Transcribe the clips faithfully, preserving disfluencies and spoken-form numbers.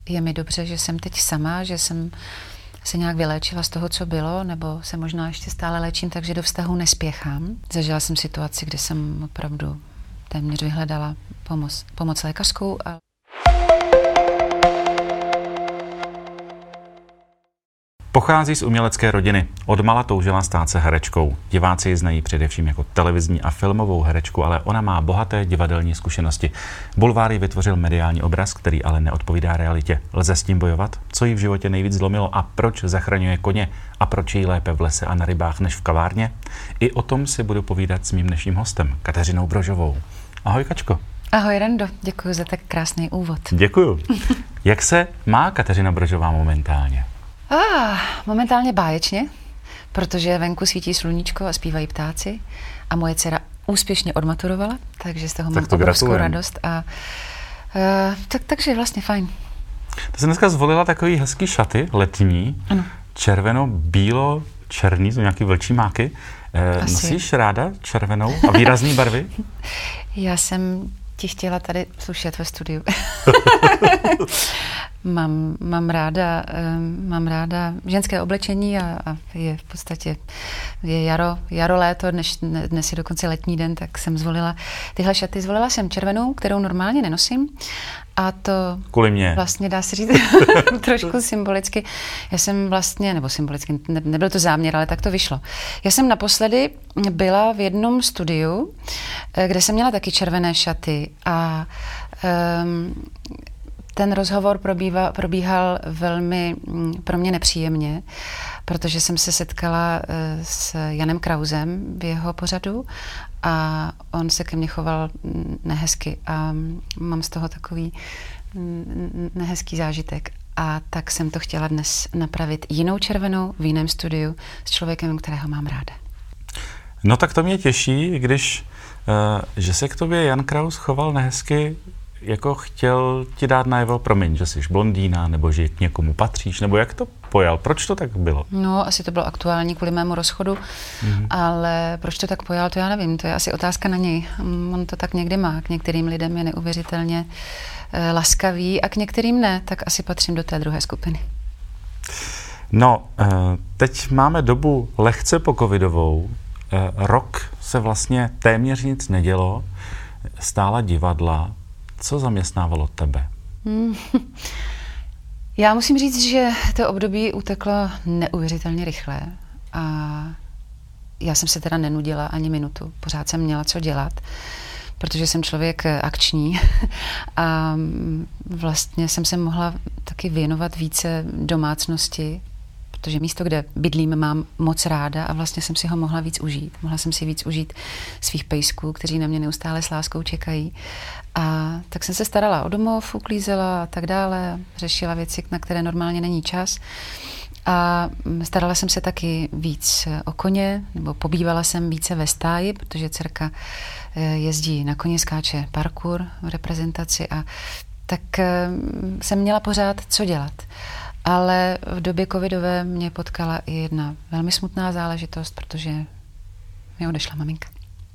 je mi dobře, že jsem teď sama, že jsem se nějak vyléčila z toho, co bylo, nebo se možná ještě stále léčím, takže do vztahu nespěchám. Zažila jsem situaci, kdy jsem opravdu téměř vyhledala pomoc, pomoc lékařskou. A... Pochází z umělecké rodiny. Odmala toužila stát se herečkou. Diváci ji znají především jako televizní a filmovou herečku, ale ona má bohaté divadelní zkušenosti. Bulvár jí vytvořil mediální obraz, který ale neodpovídá realitě. Lze s tím bojovat? Co jí v životě nejvíc zlomilo a proč zachraňuje koně? A proč jí lépe v lese a na rybách než v kavárně? I o tom si budu povídat s mým dnešním hostem, Kateřinou Brožovou. Ahoj, Kačko. Ahoj, Rando. Děkuji za tak krásný úvod. Děkuju. Jak se má Kateřina Brožová momentálně? Ah, momentálně báječně, protože venku svítí sluníčko a zpívají ptáci a moje dcera úspěšně odmaturovala, takže z toho tak mám to obrovskou gratulujem. radost a uh, tak, takže vlastně fajn. Ty jsi dneska zvolila takový hezký šaty, letní, ano. Červeno, bílo, černý, jsou nějaký vlčí máky. Eh, nosíš ráda červenou a výrazný barvy? Já jsem ti chtěla tady slušet ve studiu. Mám, mám, ráda, um, mám ráda ženské oblečení a, a je v podstatě je jaro, jaro, léto, dnes, dnes je dokonce letní den, tak jsem zvolila tyhle šaty. Zvolila jsem červenou, kterou normálně nenosím. A to kvůli mě. Vlastně dá se říct trošku symbolicky. Já jsem vlastně, nebo symbolicky, ne, nebyl to záměr, ale tak to vyšlo. Já jsem naposledy byla v jednom studiu, kde jsem měla taky červené šaty a um, ten rozhovor probíval, probíhal velmi pro mě nepříjemně, protože jsem se setkala s Janem Krausem v jeho pořadu a on se ke mně choval nehezky a mám z toho takový nehezký zážitek. A tak jsem to chtěla dnes napravit jinou červenou v jiném studiu s člověkem, kterého mám ráda. No tak to mě těší, když, uh, že se k tobě Jan Kraus choval nehezky, jako chtěl ti dát najevo, promiň, že jsi blondýna, nebo že k někomu patříš, nebo jak to pojal? Proč to tak bylo? No, asi to bylo aktuální kvůli mému rozchodu, mm-hmm. ale proč to tak pojal, to já nevím, to je asi otázka na něj. On to tak někdy má, k některým lidem je neuvěřitelně eh, laskavý a k některým ne, tak asi patřím do té druhé skupiny. No, eh, teď máme dobu lehce pocovidovou, eh, rok se vlastně téměř nic nedělo, stála divadla. Co zaměstnávalo tebe? Hmm. Já musím říct, že to období uteklo neuvěřitelně rychle a já jsem se teda nenudila ani minutu. Pořád jsem měla co dělat, protože jsem člověk akční a vlastně jsem se mohla taky věnovat více domácnosti, protože místo, kde bydlím, mám moc ráda a vlastně jsem si ho mohla víc užít. Mohla jsem si víc užít svých pejsků, kteří na mě neustále s láskou čekají. A tak jsem se starala o domov, uklízela a tak dále, řešila věci, na které normálně není čas. A starala jsem se taky víc o koně, nebo pobývala jsem více ve stáji, protože dcerka jezdí na koně, skáče parkour v reprezentaci a tak jsem měla pořád co dělat. Ale v době covidové mě potkala i jedna velmi smutná záležitost, protože mi odešla maminka.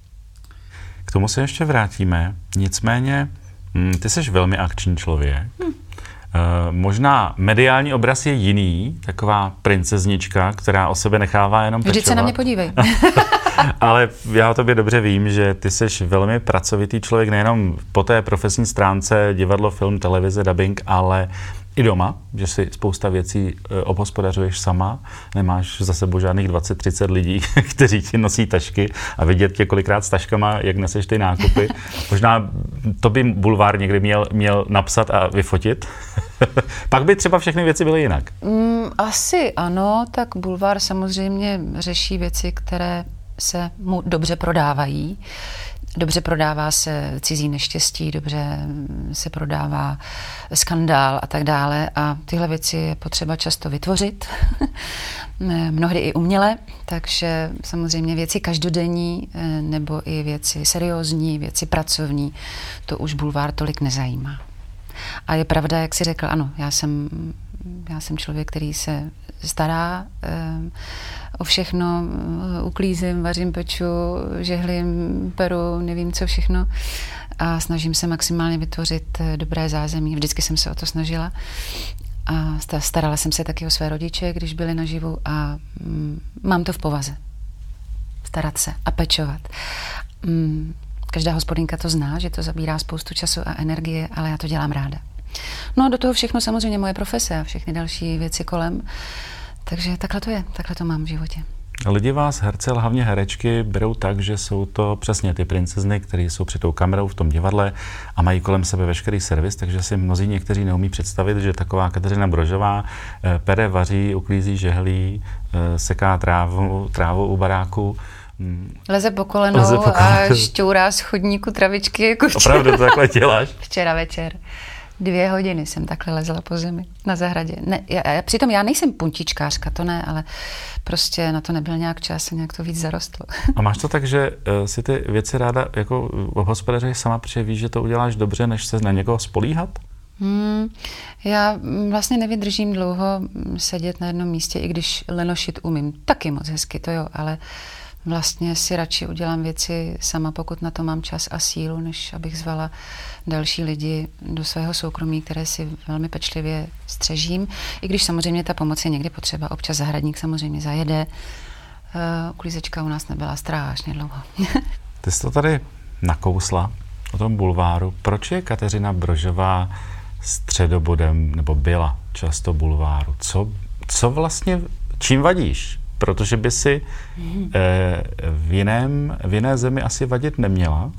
K tomu se ještě vrátíme. Nicméně, ty jsi velmi akční člověk. Hmm. E, možná mediální obraz je jiný, taková princeznička, která o sebe nechává jenom pečovat. Vždyť se na mě podívej. Ale já o tobě dobře vím, že ty jsi velmi pracovitý člověk, nejenom po té profesní stránce, divadlo, film, televize, dabing, ale i doma, že si spousta věcí obhospodařuješ sama, nemáš za sebou žádných dvacet třicet lidí, kteří ti nosí tašky a vidět tě kolikrát s taškama, jak neseš ty nákupy. Možná to by Bulvár někdy měl, měl napsat a vyfotit. Pak by třeba všechny věci byly jinak. Mm, asi ano, tak Bulvár samozřejmě řeší věci, které se mu dobře prodávají. Dobře prodává se cizí neštěstí, dobře se prodává skandál a tak dále a tyhle věci je potřeba často vytvořit, mnohdy i uměle, takže samozřejmě věci každodenní nebo i věci seriózní, věci pracovní, to už Bulvár tolik nezajímá. A je pravda, jak jsi řekl, ano, já jsem, já jsem člověk, který se stará um, o všechno, uklízím, vařím, peču, žehlím, peru, nevím co všechno a snažím se maximálně vytvořit dobré zázemí. Vždycky jsem se o to snažila. A starala jsem se taky o své rodiče, když byli naživu a mm, mám to v povaze. Starat se a pečovat. Mm, každá hospodinka to zná, že to zabírá spoustu času a energie, ale já to dělám ráda. No a do toho všechno samozřejmě moje profese a všechny další věci kolem. Takže takhle to je, takhle to mám v životě. Lidi vás, herce, ale hlavně herečky, berou tak, že jsou to přesně ty princezny, které jsou před tou kamerou v tom divadle a mají kolem sebe veškerý servis, takže si mnozí někteří neumí představit, že taková Kateřina Brožová pere, vaří, uklízí žehlí, seká trávu, trávu u baráku. Leze po kolenou, Leze po kolenou. A šťourá z chodníku travičky. Jako opravdu to takhle děláš? Včera večer. Dvě hodiny jsem takhle lezla po zemi na zahradě. Ne, já, já, přitom já nejsem puntičkářka, to ne, ale prostě na to nebyl nějak čas a nějak to víc zarostlo. A máš to tak, že uh, si ty věci ráda jako obhospodařuješ sama, protože víš, že to uděláš dobře, než se na někoho spolíhat? Hmm, já vlastně nevydržím dlouho sedět na jednom místě, i když lenošit umím. Taky moc hezky, to jo, ale vlastně si radši udělám věci sama, pokud na to mám čas a sílu, než abych zvala další lidi do svého soukromí, které si velmi pečlivě střežím. I když samozřejmě ta pomoc je někdy potřeba. Občas zahradník samozřejmě zajede. Uh, uklízečka u nás nebyla strašně dlouho. Ty jsi to tady nakousla o tom bulváru. Proč je Kateřina Brožová středobodem, nebo byla často bulváru? Co, co vlastně, čím vadíš? Protože by si mm. eh, v, jiném, v jiné zemi asi vadit neměla.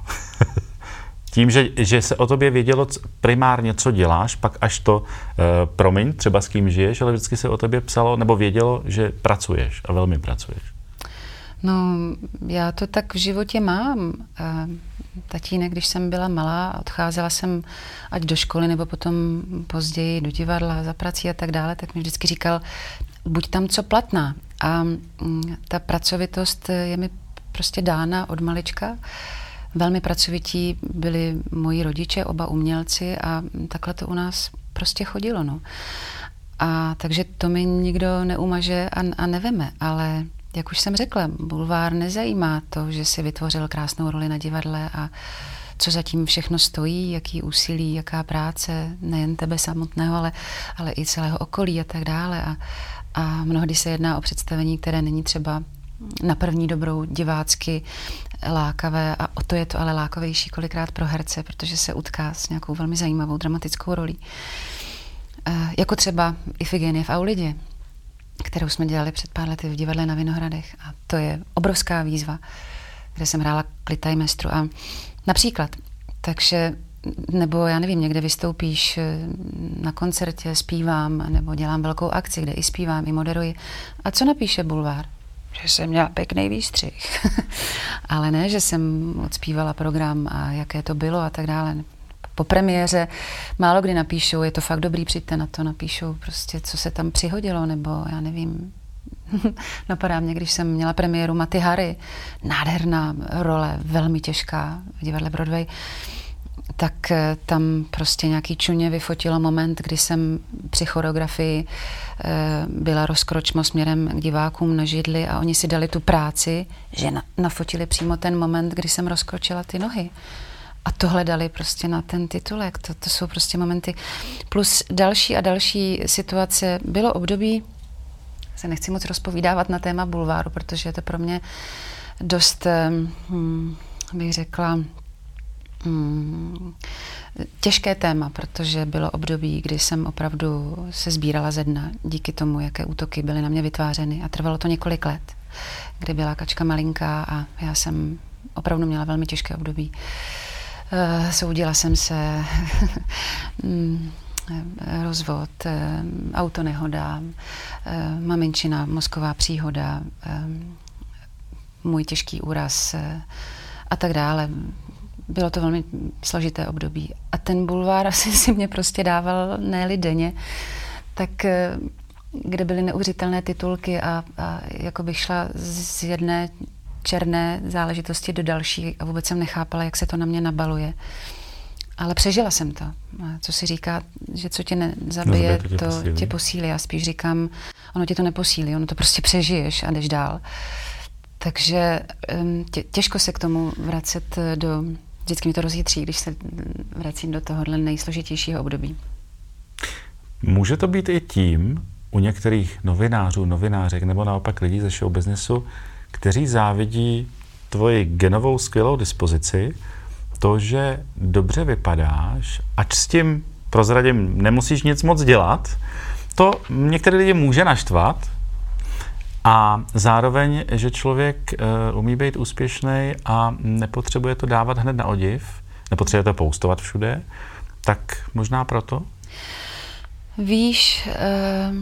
Tím, že, že se o tobě vědělo primárně, co děláš, pak až to, eh, promiň, třeba s kým žiješ, ale vždycky se o tobě psalo, nebo vědělo, že pracuješ a velmi pracuješ. No, já to tak v životě mám. Tatínek, když jsem byla malá, odcházela jsem ať do školy, nebo potom později do divadla za prací a tak dále, tak mi vždycky říkal, buď tam co platná. A ta pracovitost je mi prostě dána od malička. Velmi pracovití byli moji rodiče, oba umělci a takhle to u nás prostě chodilo. No. A takže to mi nikdo neumaže a, a neveme, ale jak už jsem řekla, bulvár nezajímá to, že si vytvořil krásnou roli na divadle a co zatím všechno stojí, jaký úsilí, jaká práce, nejen tebe samotného, ale, ale i celého okolí a tak dále. A, a mnohdy se jedná o představení, které není třeba na první dobrou divácky lákavé a o to je to ale lákavější kolikrát pro herce, protože se utká s nějakou velmi zajímavou dramatickou rolí. E, jako třeba Ifigenie v Aulidě, kterou jsme dělali před pár lety v divadle na Vinohradech. A to je obrovská výzva, kde jsem hrála Klitajmestru. A například, takže, nebo já nevím, někde vystoupíš na koncertě, zpívám, nebo dělám velkou akci, kde i zpívám, i moderuji. A co napíše bulvár? Že jsem měla pěkný výstřih. Ale ne, že jsem odspívala program a jaké to bylo a tak dále. Po premiéře málo kdy napíšou, je to fakt dobrý, přijďte na to, napíšou prostě, co se tam přihodilo, nebo já nevím. Napadá mě, když jsem měla premiéru Maty Harry, nádherná role, velmi těžká v divadle Broadway, tak tam prostě nějaký čuně vyfotilo moment, kdy jsem při choreografii byla rozkročmo směrem k divákům na židli a oni si dali tu práci, že nafotili přímo ten moment, kdy jsem rozkročila ty nohy. A tohle dali prostě na ten titulek. To, to jsou prostě momenty. Plus další a další situace. Bylo období, se nechci moc rozpovídávat na téma bulváru, protože je to pro mě dost, hm, bych řekla, hm, těžké téma, protože bylo období, kdy jsem opravdu se sbírala ze dna díky tomu, jaké útoky byly na mě vytvářeny. A trvalo to několik let, kdy byla Kačka malinká a já jsem opravdu měla velmi těžké období. Uh, soudila jsem se, rozvod, uh, autonehoda, uh, maminčina, mozková příhoda, um, můj těžký úraz uh, a tak dále. Bylo to velmi složité období. A ten bulvár asi si mě prostě dával ne-li denně, tak uh, kde byly neuvěřitelné titulky a, a jako bych šla z jedné černé záležitosti do další a vůbec jsem nechápala, jak se to na mě nabaluje. Ale přežila jsem to. Co si říká, že co tě nezabije, to, tě, to posílí. tě posílí. Já spíš říkám, ono tě to neposílí, ono to prostě přežiješ a jdeš dál. Takže tě, těžko se k tomu vracet do... Vždycky mi to rozjitří, když se vracím do tohohle nejsložitějšího období. Může to být i tím u některých novinářů, novinářek nebo naopak lidí ze show businessu, kteří závidí tvoji genovou skvělou dispozici, to, že dobře vypadáš, ač s tím prozradím nemusíš nic moc dělat, to některé lidi může naštvat a zároveň, že člověk uh, umí být úspěšný a nepotřebuje to dávat hned na odiv, nepotřebuje to postovat všude, tak možná proto? Víš, uh,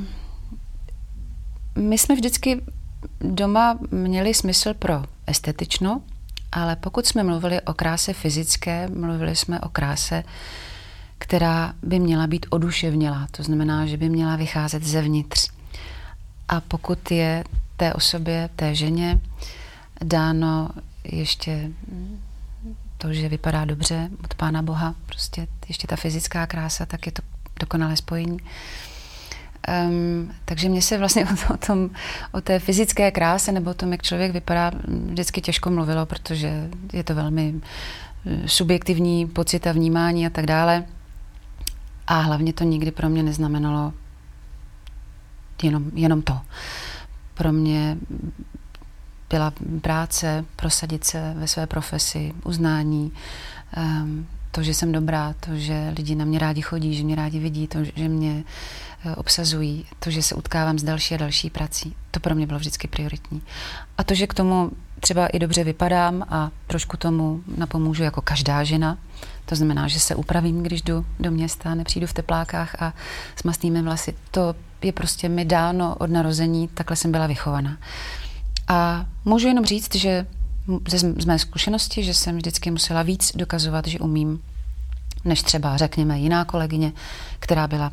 my jsme vždycky doma měli smysl pro estetično, ale pokud jsme mluvili o kráse fyzické, mluvili jsme o kráse, která by měla být oduševnělá. To znamená, že by měla vycházet zevnitř. A pokud je té osobě, té ženě dáno ještě to, že vypadá dobře od Pána Boha, prostě ještě ta fyzická krása, tak je to dokonalé spojení. Um, takže mě se vlastně o, o, tom, o té fyzické kráse nebo o tom, jak člověk vypadá, vždycky těžko mluvilo, protože je to velmi subjektivní pocit a vnímání a tak dále. A hlavně to nikdy pro mě neznamenalo jenom, jenom to. Pro mě byla práce, prosadit se ve své profesi, uznání, um, to, že jsem dobrá, to, že lidi na mě rádi chodí, že mě rádi vidí, to, že mě obsazují, to, že se utkávám s další a další prací. To pro mě bylo vždycky prioritní. A to, že k tomu třeba i dobře vypadám a trošku tomu napomůžu jako každá žena, to znamená, že se upravím, když jdu do města, nepřijdu v teplákách a s mastnými vlasy. To je prostě mi dáno od narození, takhle jsem byla vychovaná. A můžu jenom říct, že z mé zkušenosti, že jsem vždycky musela víc dokazovat, že umím, než třeba, řekněme, jiná kolegyně, která byla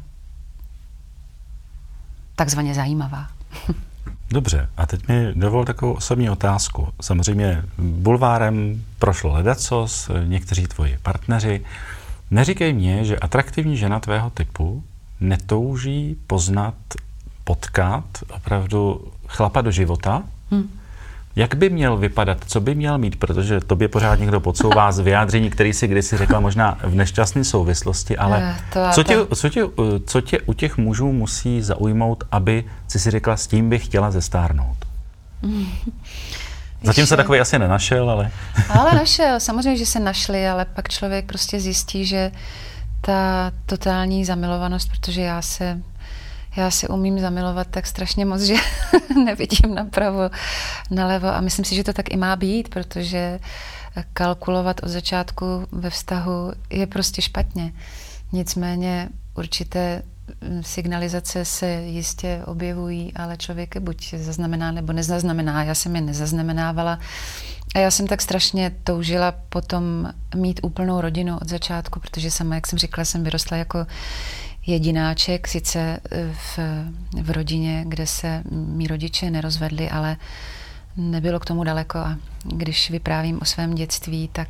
takzvaně zajímavá. Dobře, a teď mi dovol takovou osobní otázku. Samozřejmě bulvárem prošlo ledacos, někteří tvoji partneři. Neříkej mně, že atraktivní žena tvého typu netouží poznat, potkat opravdu chlapa do života? Hmm. Jak by měl vypadat, co by měl mít, protože tobě pořád někdo podsouvá z vyjádření, který si kdysi řekla možná v nešťastné souvislosti, ale to co, tě, co, tě, co tě u těch mužů musí zaujmout, aby si si řekla, s tím bych chtěla zestárnout? Mm. Zatím se takový asi nenašel, ale... Ale našel, samozřejmě, že se našli, ale pak člověk prostě zjistí, že ta totální zamilovanost, protože já se... Já se umím zamilovat tak strašně moc, že nevidím napravo, nalevo a myslím si, že to tak i má být, protože kalkulovat od začátku ve vztahu je prostě špatně. Nicméně určité signalizace se jistě objevují, ale člověk je buď zaznamená nebo nezaznamená. Já jsem je nezaznamenávala a já jsem tak strašně toužila potom mít úplnou rodinu od začátku, protože sama, jak jsem říkala, jsem vyrostla jako jedináček, sice v, v rodině, kde se mí rodiče nerozvedli, ale nebylo k tomu daleko a když vyprávím o svém dětství, tak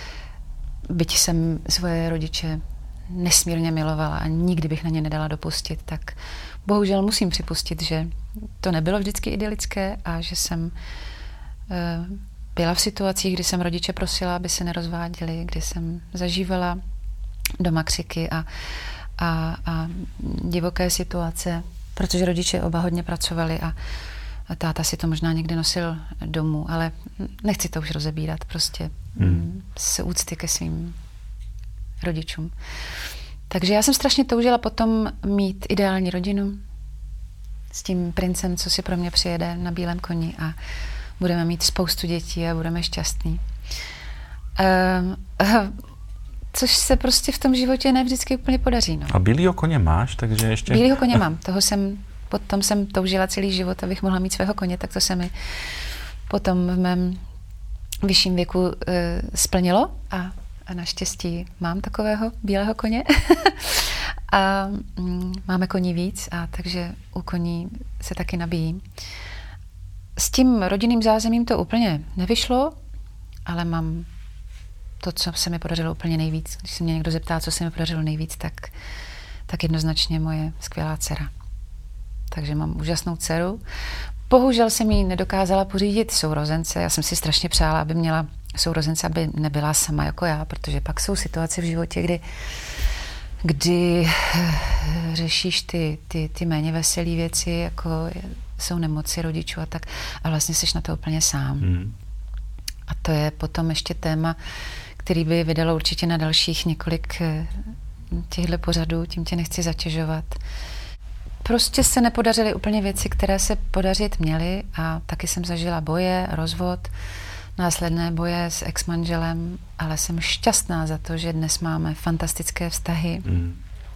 byť jsem svoje rodiče nesmírně milovala a nikdy bych na ně nedala dopustit, tak bohužel musím připustit, že to nebylo vždycky idylické a že jsem byla v situacích, kdy jsem rodiče prosila, aby se nerozváděli, kdy jsem zažívala doma křiky a A, a divoké situace, protože rodiče oba hodně pracovali a, a táta si to možná někdy nosil domů, ale nechci to už rozebírat, prostě hmm. z úcty ke svým rodičům. Takže já jsem strašně toužila potom mít ideální rodinu s tím princem, co si pro mě přijede na bílém koni a budeme mít spoustu dětí a budeme šťastní. Um, uh, Což se prostě v tom životě ne vždycky úplně podaří. No. A bílýho koně máš, takže ještě... Bílýho koně mám. Toho jsem, potom jsem toužila celý život, abych mohla mít svého koně, tak to se mi potom v mém vyšším věku uh, splnilo a, a naštěstí mám takového bílého koně. a mm, máme koní víc, a takže u koní se taky nabíjí. S tím rodinným zázemím to úplně nevyšlo, ale mám to, co se mi podařilo úplně nejvíc. Když se mě někdo zeptá, co se mi podařilo nejvíc, tak, tak jednoznačně moje skvělá dcera. Takže mám úžasnou dceru. Bohužel jsem jí nedokázala pořídit sourozence. Já jsem si strašně přála, aby měla sourozence, aby nebyla sama jako já, protože pak jsou situace v životě, kdy kdy řešíš ty, ty, ty méně veselé věci, jako jsou nemoci rodičů a tak, a vlastně jsi na to úplně sám. Hmm. A to je potom ještě téma, který by vydalo určitě na dalších několik těchto pořadů, tím tě nechci zatěžovat. Prostě se nepodařily úplně věci, které se podařit měly, a taky jsem zažila boje, rozvod, následné boje s ex-manželem, ale jsem šťastná za to, že dnes máme fantastické vztahy. Mm.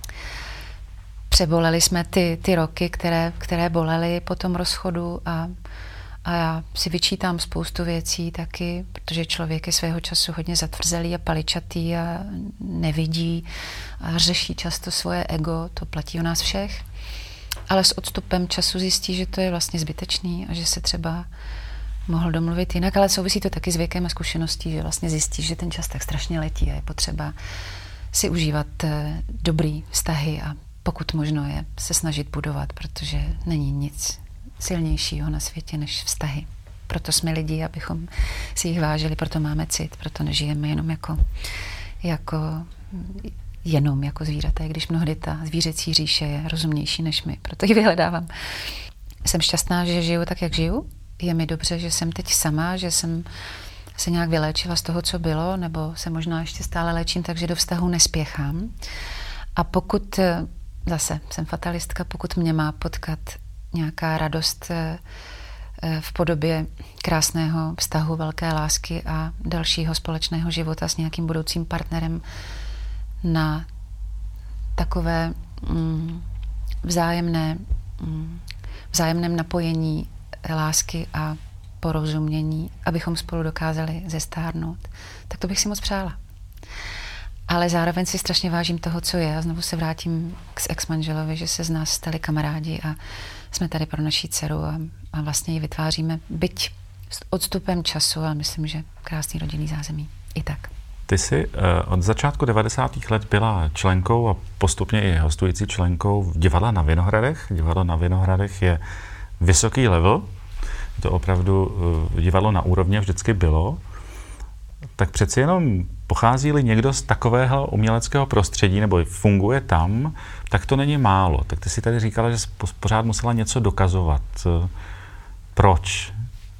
Přeboleli jsme ty, ty roky, které, které bolely po tom rozchodu, a, a já si vyčítám spoustu věcí taky, protože člověk je svého času hodně zatvrzelý a paličatý a nevidí a řeší často svoje ego, to platí o nás všech. Ale s odstupem času zjistí, že to je vlastně zbytečný a že se třeba mohl domluvit jinak, ale souvisí to taky s věkem a zkušeností, že vlastně zjistíš, že ten čas tak strašně letí a je potřeba si užívat dobrý vztahy a pokud možno je se snažit budovat, protože není nic silnějšího na světě než vztahy. Proto jsme lidi, abychom si jich vážili, proto máme cit, proto nežijeme jenom jako, jako jenom jako zvířata, i když mnohdy ta zvířecí říše je rozumnější než my, proto ji vyhledávám. Jsem šťastná, že žiju tak, jak žiju. Je mi dobře, že jsem teď sama, že jsem se nějak vyléčila z toho, co bylo, nebo se možná ještě stále léčím, takže do vztahu nespěchám. A pokud, zase jsem fatalistka, pokud mě má potkat nějaká radost v podobě krásného vztahu, velké lásky a dalšího společného života s nějakým budoucím partnerem na takové mm, vzájemné, mm, vzájemném napojení lásky a porozumění, abychom spolu dokázali zestárnout, tak to bych si moc přála. Ale zároveň si strašně vážím toho, co je, a znovu se vrátím k ex-manželovi, že se z nás stali kamarádi a jsme tady pro naší dceru a, a vlastně ji vytváříme, byť s odstupem času, ale myslím, že krásný rodinný zázemí. I tak. Ty jsi od začátku devadesátých let byla členkou a postupně i hostující členkou divadla na Vinohradech. Divadlo na Vinohradech je vysoký level, to opravdu divadlo na úrovni vždycky bylo. Tak přeci jenom pochází-li někdo z takového uměleckého prostředí nebo funguje tam, tak to není málo. Tak ty si tady říkala, že jsi pořád musela něco dokazovat. Proč?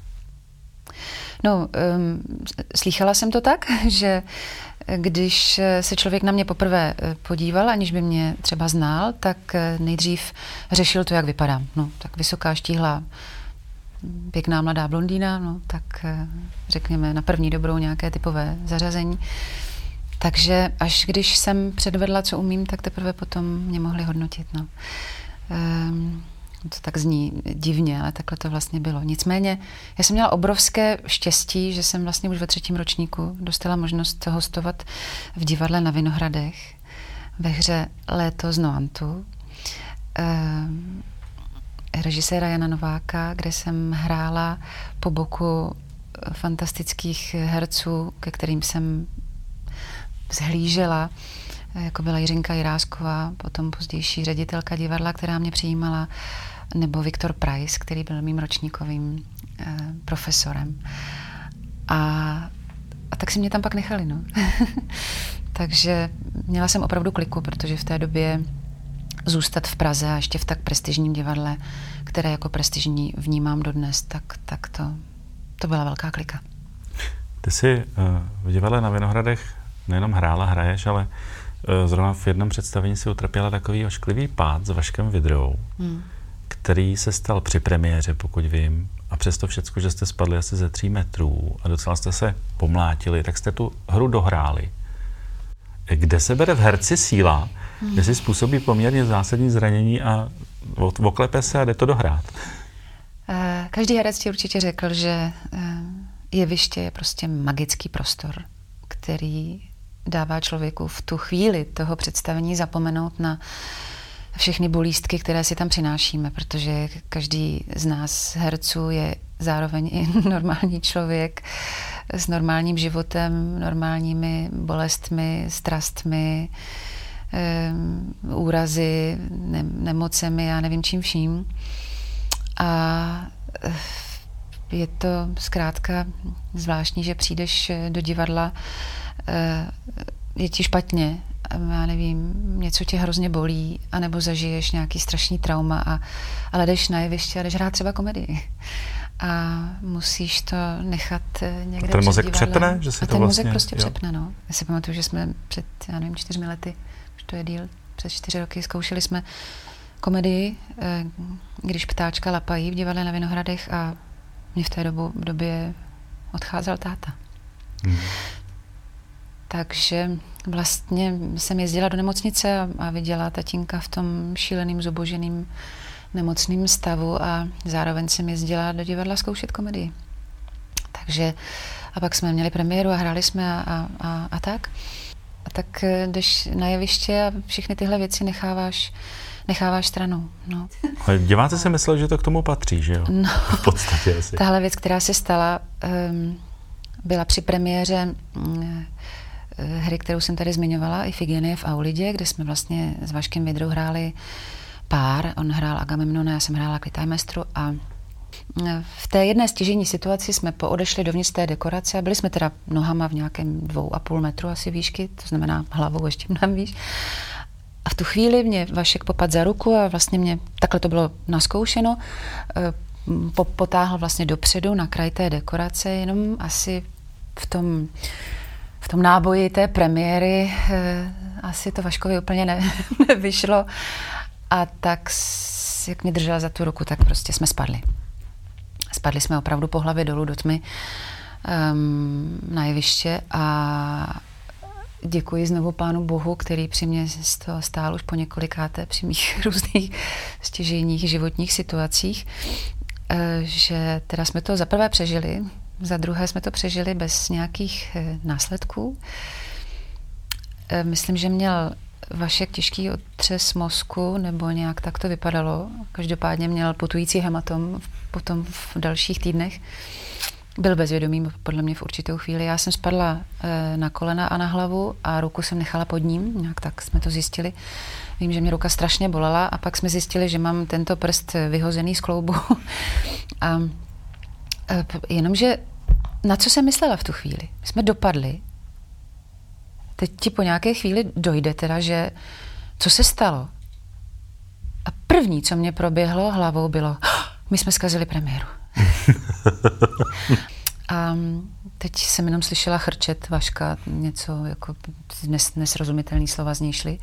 No, um, slýchala jsem to tak, že když se člověk na mě poprvé podíval, aniž by mě třeba znal, tak nejdřív řešil to, jak vypadám. No, tak vysoká, štíhlá, pěkná mladá blondýna, no, tak řekněme na první dobrou nějaké typové zařazení. Takže až když jsem předvedla, co umím, tak teprve potom mě mohli hodnotit. No. Um, To tak zní divně, ale takhle to vlastně bylo. Nicméně, já jsem měla obrovské štěstí, že jsem vlastně už ve třetím ročníku dostala možnost hostovat v divadle na Vinohradech ve hře Léto z Noantu. E, režiséra Jana Nováka, kde jsem hrála po boku fantastických herců, ke kterým jsem zhlížela, jako byla Jiřinka Jirásková, potom pozdější ředitelka divadla, která mě přijímala, nebo Viktor Price, který byl mým ročníkovým eh, profesorem. A, a tak si mě tam pak nechali, no. Takže měla jsem opravdu kliku, protože v té době zůstat v Praze a ještě v tak prestižním divadle, které jako prestižní vnímám dodnes, tak, tak to, to byla velká klika. Ty jsi uh, v divadle na Vinohradech nejenom hrála, hraješ, ale uh, zrovna v jednom představení si utrpěla takový ošklivý pád s Vaškem Vidrou, hmm. který se stal při premiéře, pokud vím, a přesto všecko, že jste spadli asi ze tří metrů a docela jste se pomlátili, tak jste tu hru dohráli. Kde se bere v herci síla, hmm. kde si způsobí poměrně zásadní zranění a oklepe se a jde to dohrát? Každý herec ti určitě řekl, že jeviště je prostě magický prostor, který dává člověku v tu chvíli toho představení zapomenout na všechny bolístky, které si tam přinášíme, protože každý z nás herců je zároveň i normální člověk s normálním životem, normálními bolestmi, strastmi, úrazy, ne- nemocemi, já nevím čím vším. A je to zkrátka zvláštní, že přijdeš do divadla, je ti špatně já nevím, něco tě hrozně bolí, anebo zažiješ nějaký strašný trauma, a, ale jdeš na jeviště a jdeš hrát třeba komedii. A musíš to nechat někde. A ten mozek přepne? Že si a to ten vlastně, mozek prostě jo. přepne, no. Já si pamatuju, že jsme před, já nevím, čtyřmi lety, už to je díl, před čtyři roky zkoušeli jsme komedii, Když ptáčka lapají v divadle na Vinohradech, a mě v té dobu, v době odcházel táta. Hmm. Takže vlastně jsem jezdila do nemocnice a, a viděla tatínka v tom šíleným, zuboženým nemocným stavu, a zároveň jsem jezdila do divadla zkoušet komedii. Takže a pak jsme měli premiéru a hráli jsme a, a, a, a tak. A tak jdeš na jeviště a všechny tyhle věci necháváš, necháváš stranou. No. Ale diváci si mysleli, že to k tomu patří, že jo? No, v podstatě asi. Tahle věc, která se stala, um, byla při premiéře um, hry, kterou jsem tady zmiňovala, Ifigenie v Aulidě, kde jsme vlastně s Vaškem Vidrou hráli pár. On hrál Agamemnona, já jsem hrála Klytaimnestru, a v té jedné stěžejní situaci jsme poodešli dovnitř té dekorace a byli jsme teda nohama v nějakém dvou a půl metru asi výšky, to znamená hlavou ještě mnohem výš. A v tu chvíli mě Vašek popadl za ruku a vlastně mě, takhle to bylo naskoušeno, potáhl vlastně dopředu na kraj té dekorace, jenom asi v tom, v tom náboji té premiéry asi to Vaškovi úplně ne, nevyšlo. A tak, jak mě držela za tu ruku, tak prostě jsme spadli. Spadli jsme opravdu po hlavě dolů do tmy um, na jeviště, a děkuji znovu Pánu Bohu, který při mě stál už po několikáté při mých různých stěžejních životních situacích, že teda jsme to za prvé přežili, za druhé jsme to přežili bez nějakých následků. Myslím, že měl Vašek těžký otřes mozku, nebo nějak tak to vypadalo. Každopádně měl putující hematom potom v dalších týdnech. Byl bezvědomý podle mě v určitou chvíli. Já jsem spadla na kolena a na hlavu a ruku jsem nechala pod ním. Nějak tak jsme to zjistili. Vím, že mě ruka strašně bolela, a pak jsme zjistili, že mám tento prst vyhozený z kloubu. A jenomže na co jsem myslela v tu chvíli? My jsme dopadli. Teď ti po nějaké chvíli dojde teda, že co se stalo. A první, co mě proběhlo hlavou, bylo, my jsme zkazili premiéru. A teď jsem jenom slyšela chrčet Vaška, něco jako nes, nesrozumitelný slova z něj šly.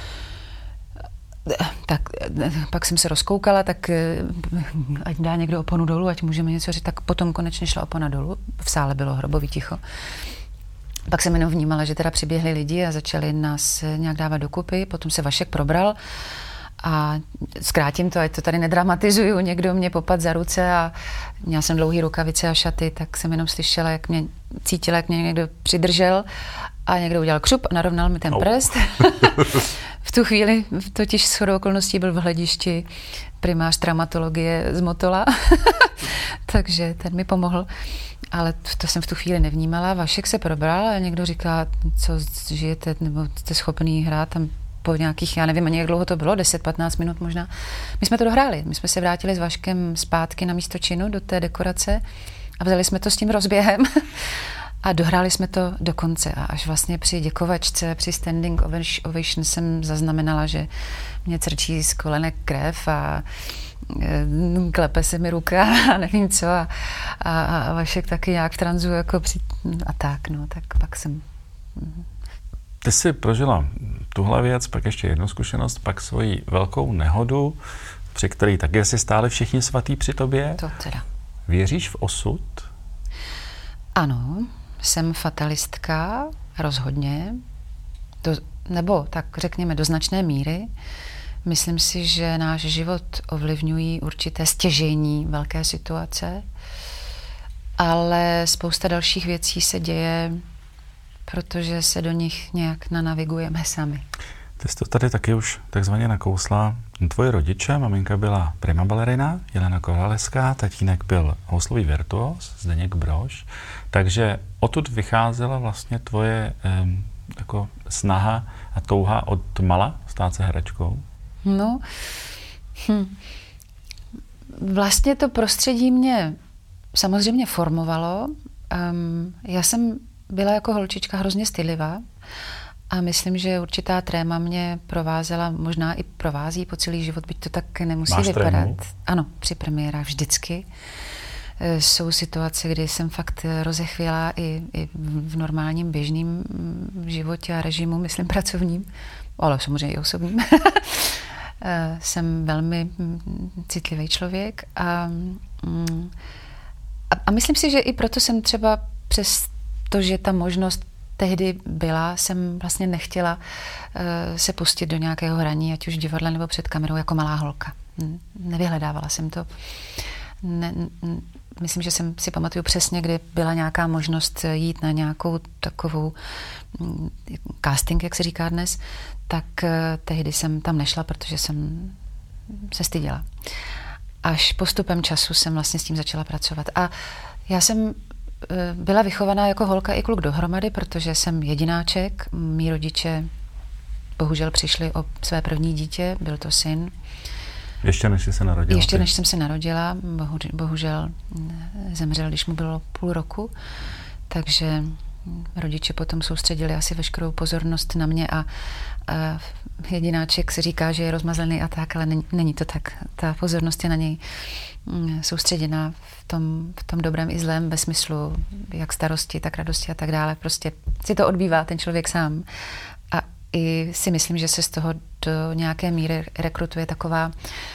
Tak pak jsem se rozkoukala, tak ať dá někdo oponu dolů, ať můžeme něco říct. Tak potom konečně šla opona dolů. V sále bylo hrobový ticho. Pak jsem jenom vnímala, že teda přiběhli lidi a začali nás nějak dávat dokupy. Potom se Vašek probral a zkrátím to, ať to tady nedramatizuju. Někdo mě popadl za ruce a měla jsem dlouhý rukavice a šaty, tak jsem jenom slyšela, jak mě cítila, jak mě někdo přidržel a někdo udělal křup a narovnal mi ten prst. V tu chvíli totiž shodou okolností byl v hledišti primář traumatologie z Motola, takže ten mi pomohl. Ale to jsem v tu chvíli nevnímala. Vašek se probral a někdo říká, co žijete, nebo jste schopný hrát tam po nějakých, já nevím ani jak dlouho to bylo, deset patnáct minut možná. My jsme to dohráli. My jsme se vrátili s Vaškem zpátky na místo činu do té dekorace a vzali jsme to s tím rozběhem a dohráli jsme to do konce. A až vlastně při děkovačce, při standing ovation jsem zaznamenala, že mě crčí z kolenek krev a klepe se mi ruka a nevím co, a, a, a Vašek taky nějak v tranzu jako při, a tak, no, tak pak jsem... Ty jsi prožila tuhle věc, pak ještě jednu zkušenost, pak svoji velkou nehodu, při které taky si stáli všichni svatý při tobě. To teda. Věříš v osud? Ano, jsem fatalistka, rozhodně, do, nebo tak řekněme do značné míry. Myslím si, že náš život ovlivňují určité stěžejní velké situace, ale spousta dalších věcí se děje, protože se do nich nějak nanavigujeme sami. Ty jsi to tady taky už takzvaně nakousla. Tvoji rodiče, maminka byla prima balerina, Jelena Kovalevská, tatínek byl houslový virtuos, Zdeněk Brož, takže odtud vycházela vlastně tvoje eh, jako snaha a touha od mala stát se herečkou? No, hm. Vlastně to prostředí mě samozřejmě formovalo. Um, já jsem byla jako holčička hrozně stydlivá a myslím, že určitá tréma mě provázela, možná i provází po celý život, byť to tak nemusí Máš vypadat. trému? Ano, při premiérách vždycky. Jsou situace, kdy jsem fakt rozechvělá i, i v normálním běžným životě a režimu, myslím pracovním, ale samozřejmě i osobním. Jsem velmi citlivý člověk a, a, a myslím si, že i proto jsem třeba přes to, že ta možnost tehdy byla, jsem vlastně nechtěla uh, se pustit do nějakého hraní, ať už divadla nebo před kamerou, jako malá holka. Nevyhledávala jsem to. Ne, n- myslím, že jsem si pamatuju přesně, kdy byla nějaká možnost jít na nějakou takovou m, casting, jak se říká dnes, tak uh, tehdy jsem tam nešla, protože jsem se styděla. Až postupem času jsem vlastně s tím začala pracovat. A já jsem byla vychovaná jako holka i kluk dohromady, protože jsem jedináček. Mí rodiče bohužel přišli o své první dítě, byl to syn. Ještě než jsi se narodila? Ještě než jsem se narodila, bohu, bohužel zemřel, když mu bylo půl roku, takže rodiče potom soustředili asi veškerou pozornost na mě a, a jedináček se říká, že je rozmazlený a tak, ale není, není to tak. Ta pozornost je na něj soustředěná v tom, v tom dobrém i zlém, ve smyslu jak starosti, tak radosti a tak dále. Prostě si to odbývá ten člověk sám. A i si myslím, že se z toho do nějaké míry rekrutuje taková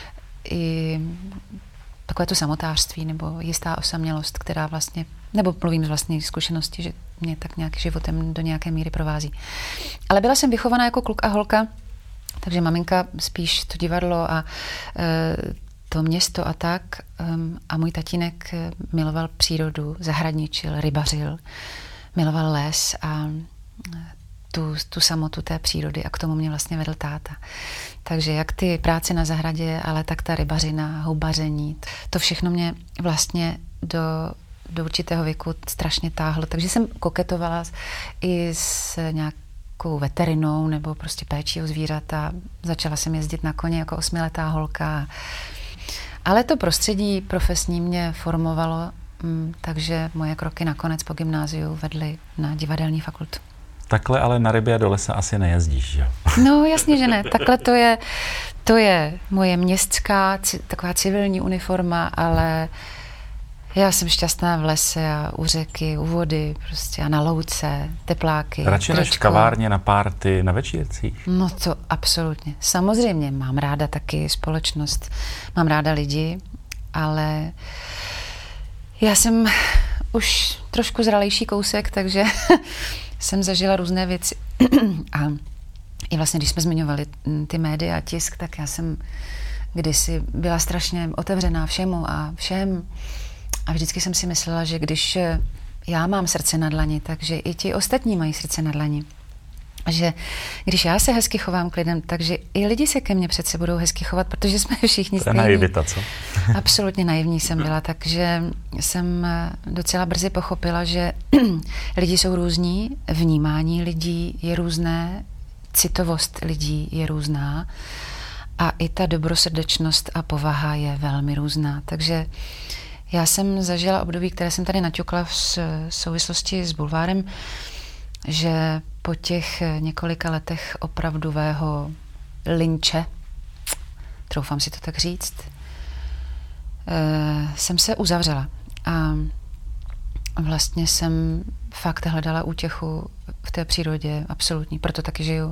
i takové to samotářství nebo jistá osamělost, která vlastně, nebo mluvím z vlastní zkušenosti, že mě tak nějak životem do nějaké míry provází. Ale byla jsem vychovaná jako kluk a holka, takže maminka spíš to divadlo a e, to město a tak. Um, a můj tatínek miloval přírodu, zahradničil, rybařil, miloval les a tu, tu samotu té přírody a k tomu mě vlastně vedl táta. Takže jak ty práce na zahradě, ale tak ta rybařina, houbaření, to všechno mě vlastně do, do určitého věku strašně táhlo. Takže jsem koketovala i s nějakou veterinou nebo prostě péčí o zvířata. Začala jsem jezdit na koně jako osmiletá holka. Ale to prostředí profesní mě formovalo, takže moje kroky nakonec po gymnáziu vedly na divadelní fakultu. Takhle ale na ryby a do lesa asi nejezdíš, že? No jasně, že ne. Takhle to je, to je moje městská, taková civilní uniforma, ale já jsem šťastná v lese a u řeky, u vody, prostě a na louce, tepláky. Radši než v kavárně, na párty, na večírcích? No to absolutně. Samozřejmě mám ráda taky společnost, mám ráda lidi, ale já jsem už trošku zralejší kousek, takže jsem zažila různé věci. A i vlastně, když jsme zmiňovali ty média a tisk, tak já jsem kdysi byla strašně otevřená všemu a všem. A vždycky jsem si myslela, že když já mám srdce na dlani, takže i ti ostatní mají srdce na dlani. A že když já se hezky chovám k lidem, takže i lidi se ke mně přece budou hezky chovat, protože jsme všichni stejní. To je naivita, co? Absolutně naivní jsem byla, takže jsem docela brzy pochopila, že lidi jsou různí, vnímání lidí je různé, citovost lidí je různá a i ta dobrosrdečnost a povaha je velmi různá. Takže já jsem zažila období, které jsem tady naťukla v souvislosti s bulvárem, že po těch několika letech opravdového lynče, troufám si to tak říct, jsem se uzavřela. A vlastně jsem fakt hledala útěchu v té přírodě absolutní. Proto taky žiju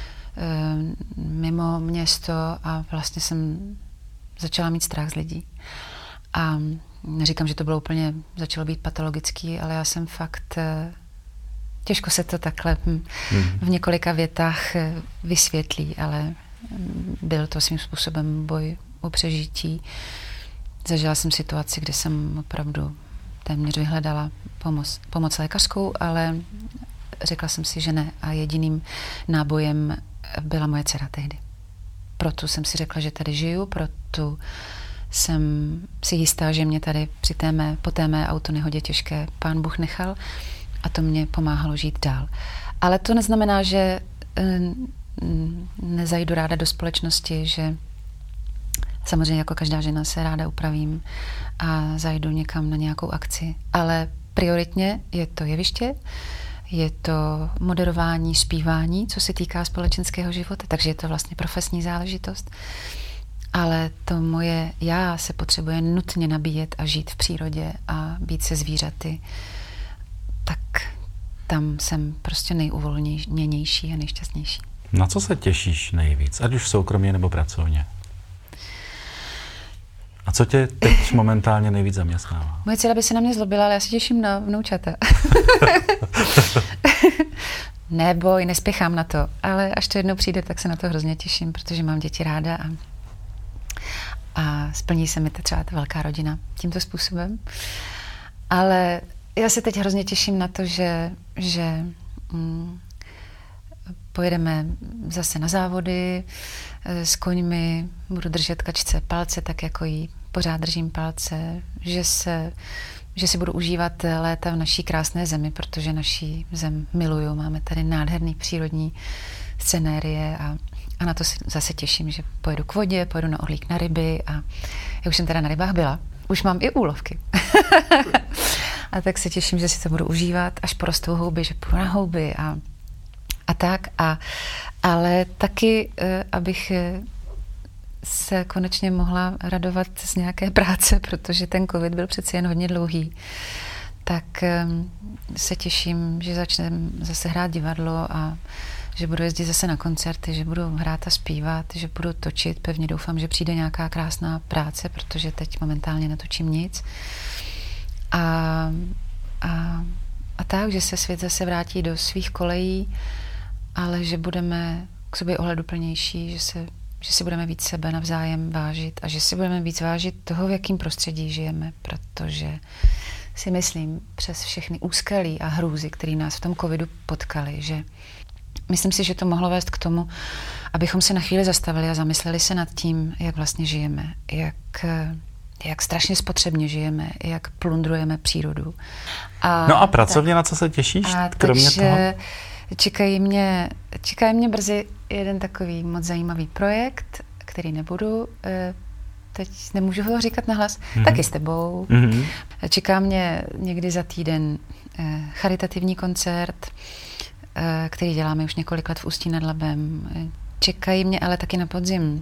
mimo město a vlastně jsem začala mít strach z lidí. A neříkám, že to bylo úplně, začalo být patologický, ale já jsem fakt, těžko se to takhle v několika větách vysvětlí, ale byl to svým způsobem boj o přežití. Zažila jsem situaci, kde jsem opravdu téměř vyhledala pomoc, pomoc lékařskou, ale řekla jsem si, že ne. A jediným nábojem byla moje dcera tehdy. Proto jsem si řekla, že tady žiju, proto jsem si jistá, že mě tady při té mé, po té mé autonehodě těžké Pán Bůh nechal a to mě pomáhalo žít dál. Ale to neznamená, že nezajdu ráda do společnosti, že samozřejmě jako každá žena se ráda upravím a zajdu někam na nějakou akci. Ale prioritně je to jeviště, je to moderování, zpívání, co se týká společenského života, takže je to vlastně profesní záležitost. Ale to moje já se potřebuje nutně nabíjet a žít v přírodě a být se zvířaty. Tak tam jsem prostě nejuvolněnější a nejšťastnější. Na co se těšíš nejvíc, ať už v soukromí nebo pracovně? A co tě teď momentálně nejvíc zaměstnává? Moje dcera by se na mě zlobila, ale já se těším na vnoučata. Neboj, nespěchám na to, ale až to jednou přijde, tak se na to hrozně těším, protože mám děti ráda a, a splní se mi to třeba ta velká rodina tímto způsobem. Ale já se teď hrozně těším na to, že, že mm, pojedeme zase na závody s koňmi, budu držet kačce palce, tak jako jí pořád držím palce, že, se, že si budu užívat léta v naší krásné zemi, protože naší zem miluju. Máme tady nádherný přírodní scenérie a, a na to si zase těším, že pojedu k vodě, pojedu na Orlík na ryby a já už jsem teda na rybách byla. Už mám i úlovky. A tak se těším, že si to budu užívat, až porostou houby, že půjdu na houby a, a tak. A, ale taky, abych se konečně mohla radovat z nějaké práce, protože ten covid byl přeci jen hodně dlouhý, tak se těším, že začneme zase hrát divadlo a že budu jezdit zase na koncerty, že budu hrát a zpívat, že budu točit. Pevně doufám, že přijde nějaká krásná práce, protože teď momentálně netočím nic. A, a, a tak, že se svět zase vrátí do svých kolejí, ale že budeme k sobě ohleduplnější, že se že si budeme víc sebe navzájem vážit a že si budeme víc vážit toho, v jakém prostředí žijeme, protože si myslím přes všechny úskalí a hrůzy, které nás v tom covidu potkaly, že myslím si, že to mohlo vést k tomu, abychom se na chvíli zastavili a zamysleli se nad tím, jak vlastně žijeme, jak, jak strašně spotřebně žijeme, jak plundrujeme přírodu. A no a pracovně tak, na co se těšíš, a kromě takže, toho? Čekají mě, čekají mě brzy jeden takový moc zajímavý projekt, který nebudu, teď nemůžu ho říkat nahlas, mm-hmm. taky s tebou. Mm-hmm. Čeká mě někdy za týden charitativní koncert, který děláme už několik let v Ústí nad Labem. Čekají mě ale taky na podzim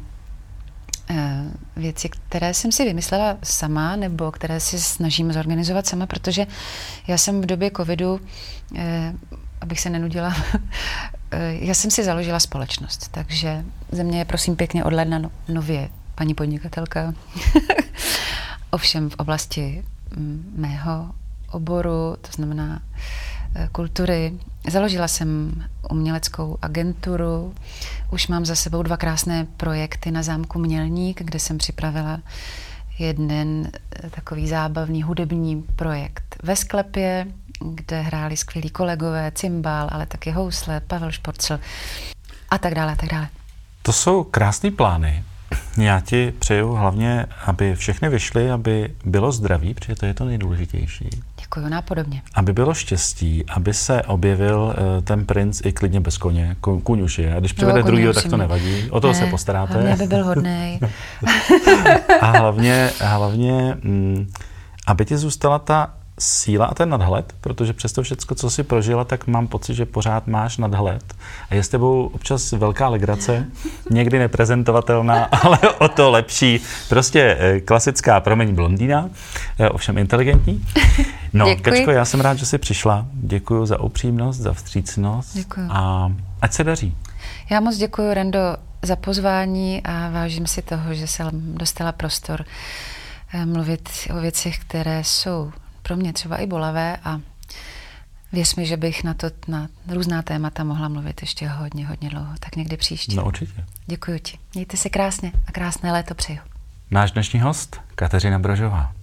věci, které jsem si vymyslela sama, nebo které si snažím zorganizovat sama, protože já jsem v době covidu, abych se nenudila, já jsem si založila společnost, takže ze mě je prosím pěkně od ledna no, nově paní podnikatelka. Ovšem v oblasti mého oboru, to znamená kultury. Založila jsem uměleckou agenturu, už mám za sebou dva krásné projekty na zámku Mělník, kde jsem připravila jeden takový zábavný hudební projekt ve sklepě, kde hráli skvělí kolegové, cymbál, ale taky housle, Pavel Šporcl a tak dále, a tak dále. To jsou krásné plány. Já ti přeju hlavně, aby všechny vyšly, aby bylo zdraví, protože to je to nejdůležitější. Děkuju, nápodobně. Aby bylo štěstí, aby se objevil uh, ten princ i klidně bez koně. Kůň už je. A když přivede druhýho, tak to nevadí. O toho ne, se postaráte. Hlavně, aby byl hodnej. A hlavně, hlavně mm, aby ti zůstala ta síla a ten nadhled, protože přes to všecko, co jsi prožila, tak mám pocit, že pořád máš nadhled. A je s tebou občas velká legrace, někdy neprezentovatelná, ale o to lepší. Prostě klasická, promiň, blondýna, ovšem inteligentní. No, Děkuji. Kačko, já jsem rád, že jsi přišla. Děkuji za upřímnost, za vstřícnost. Děkuji. A ať se daří. Já moc děkuji, Rendo, za pozvání a vážím si toho, že jsem dostala prostor mluvit o věcech, které jsou pro mě třeba i bolavé a věř mi, že bych na to, na různá témata mohla mluvit ještě hodně, hodně dlouho. Tak někdy příště. No určitě. Děkuji ti. Mějte se krásně a krásné léto přeju. Náš dnešní host, Kateřina Brožová.